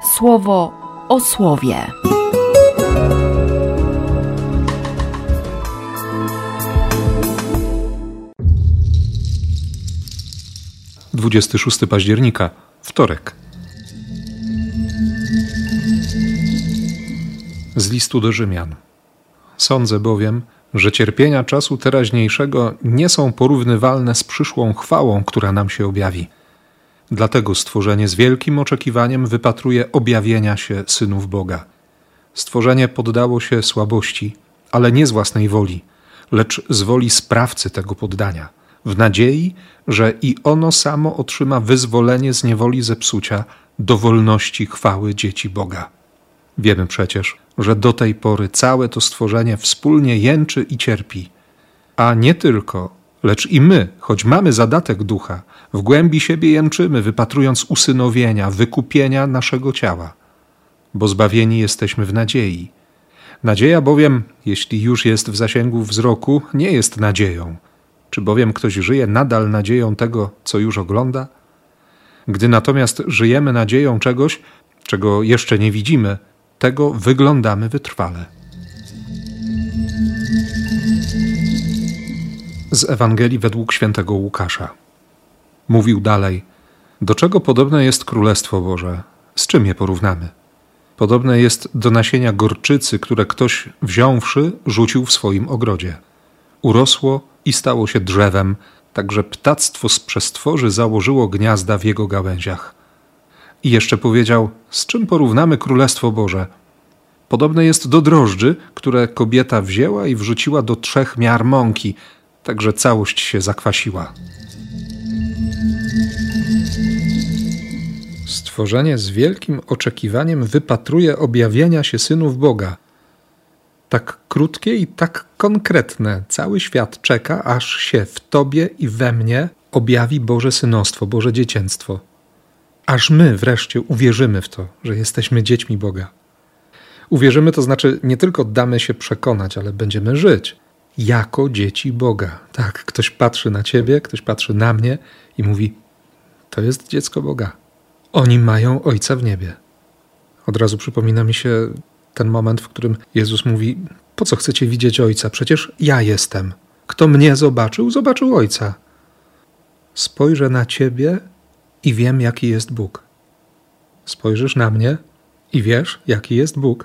Słowo o słowie. Dwudziesty 26 października, wtorek. Z listu do Rzymian. Sądzę bowiem, że cierpienia czasu teraźniejszego nie są porównywalne z przyszłą chwałą, która nam się objawi. Dlatego stworzenie z wielkim oczekiwaniem wypatruje objawienia się synów Boga. Stworzenie poddało się słabości, ale nie z własnej woli, lecz z woli sprawcy tego poddania, w nadziei, że i ono samo otrzyma wyzwolenie z niewoli zepsucia do wolności chwały dzieci Boga. Wiemy przecież, że do tej pory całe to stworzenie wspólnie jęczy i cierpi. A nie tylko, lecz i my, choć mamy zadatek ducha, w głębi siebie jęczymy, wypatrując usynowienia, wykupienia naszego ciała. Bo zbawieni jesteśmy w nadziei. Nadzieja bowiem, jeśli już jest w zasięgu wzroku, nie jest nadzieją. Czy bowiem ktoś żyje nadal nadzieją tego, co już ogląda? Gdy natomiast żyjemy nadzieją czegoś, czego jeszcze nie widzimy, tego wyglądamy wytrwale. Z Ewangelii według świętego Łukasza. Mówił dalej: do czego podobne jest Królestwo Boże? Z czym je porównamy? Podobne jest do nasienia gorczycy, które ktoś wziąwszy, rzucił w swoim ogrodzie. Urosło i stało się drzewem, tak że ptactwo z przestworzy założyło gniazda w jego gałęziach. I jeszcze powiedział: z czym porównamy Królestwo Boże? Podobne jest do drożdży, które kobieta wzięła i wrzuciła do 3 miar mąki, tak że całość się zakwasiła. Stworzenie z wielkim oczekiwaniem wypatruje objawienia się synów Boga. Tak krótkie i tak konkretne cały świat czeka, aż się w Tobie i we mnie objawi Boże synostwo, Boże dziecięctwo. Aż my wreszcie uwierzymy w to, że jesteśmy dziećmi Boga. Uwierzymy, to znaczy nie tylko damy się przekonać, ale będziemy żyć jako dzieci Boga. Tak, ktoś patrzy na Ciebie, ktoś patrzy na mnie i mówi: to jest dziecko Boga. Oni mają Ojca w niebie. Od razu przypomina mi się ten moment, w którym Jezus mówi: po co chcecie widzieć Ojca? Przecież ja jestem. Kto mnie zobaczył, zobaczył Ojca. Spojrzę na Ciebie i wiem, jaki jest Bóg. Spojrzysz na mnie i wiesz, jaki jest Bóg.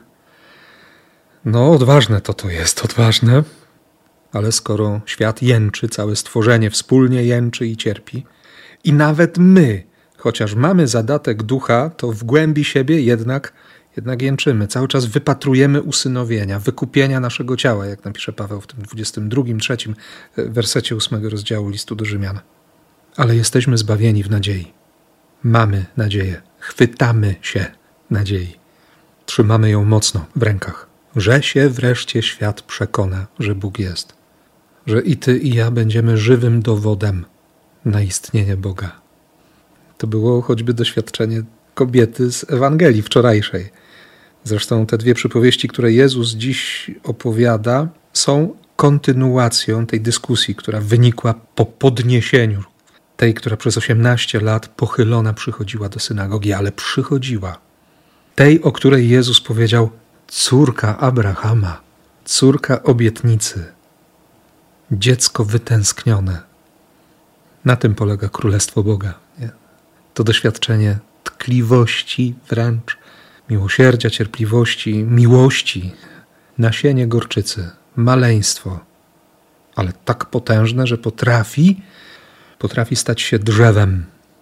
No, odważne to jest, odważne. Ale skoro świat jęczy, całe stworzenie wspólnie jęczy i cierpi, i nawet my, chociaż mamy zadatek ducha, to w głębi siebie jednak jęczymy. Cały czas wypatrujemy usynowienia, wykupienia naszego ciała, jak napisze Paweł w tym 22-3 wersecie 8 rozdziału listu do Rzymian. Ale jesteśmy zbawieni w nadziei. Mamy nadzieję. Chwytamy się nadziei. Trzymamy ją mocno w rękach. Że się wreszcie świat przekona, że Bóg jest. Że i ty, i ja będziemy żywym dowodem na istnienie Boga. To było choćby doświadczenie kobiety z Ewangelii wczorajszej. Zresztą te 2 przypowieści, które Jezus dziś opowiada, są kontynuacją tej dyskusji, która wynikła po podniesieniu tej, która przez 18 lat pochylona przychodziła do synagogi, ale przychodziła. Tej, o której Jezus powiedział: córka Abrahama, córka obietnicy, dziecko wytęsknione. Na tym polega Królestwo Boga. Nie? To doświadczenie tkliwości wręcz, miłosierdzia, cierpliwości, miłości, nasienie gorczycy, maleństwo, ale tak potężne, że potrafi stać się drzewem.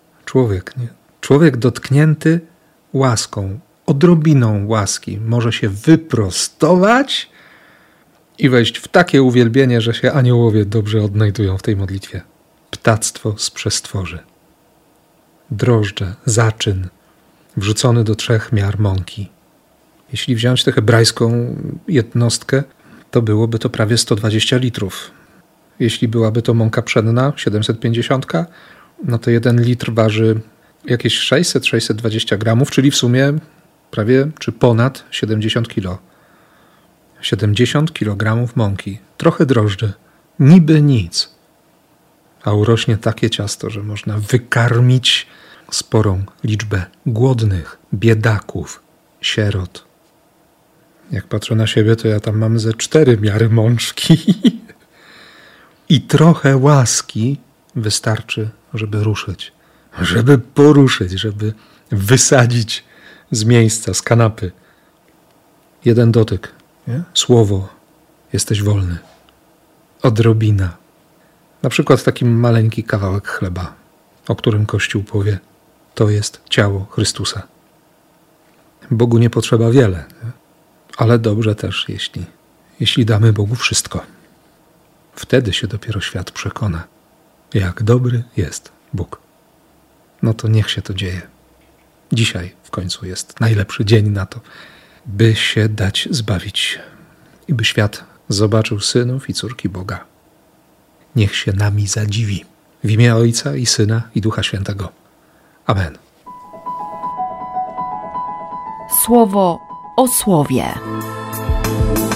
Człowiek dotknięty łaską, odrobiną łaski może się wyprostować i wejść w takie uwielbienie, że się aniołowie dobrze odnajdują w tej modlitwie. Ptactwo z przestworzy. Drożdże, zaczyn, wrzucony do 3 miar mąki. Jeśli wziąć tę hebrajską jednostkę, to byłoby to prawie 120 litrów. Jeśli byłaby to mąka pszenna, 750, no to 1 litr waży jakieś 600-620 gramów, czyli w sumie prawie czy ponad 70 kilo. 70 kilogramów mąki, trochę drożdży, niby nic. A urośnie takie ciasto, że można wykarmić sporą liczbę głodnych, biedaków, sierot. Jak patrzę na siebie, to ja tam mam ze 4 miary mączki. I trochę łaski wystarczy, żeby ruszyć, żeby poruszyć, żeby wysadzić z miejsca, z kanapy. Jeden dotyk, nie? Słowo, jesteś wolny. Odrobina. Na przykład taki maleńki kawałek chleba, o którym Kościół powie, to jest ciało Chrystusa. Bogu nie potrzeba wiele, nie? Ale dobrze też, jeśli damy Bogu wszystko. Wtedy się dopiero świat przekona, jak dobry jest Bóg. No to niech się to dzieje. Dzisiaj w końcu jest najlepszy dzień na to, by się dać zbawić i by świat zobaczył synów i córki Boga. Niech się nami zadziwi. W imię Ojca i Syna i Ducha Świętego. Amen. Słowo o słowie.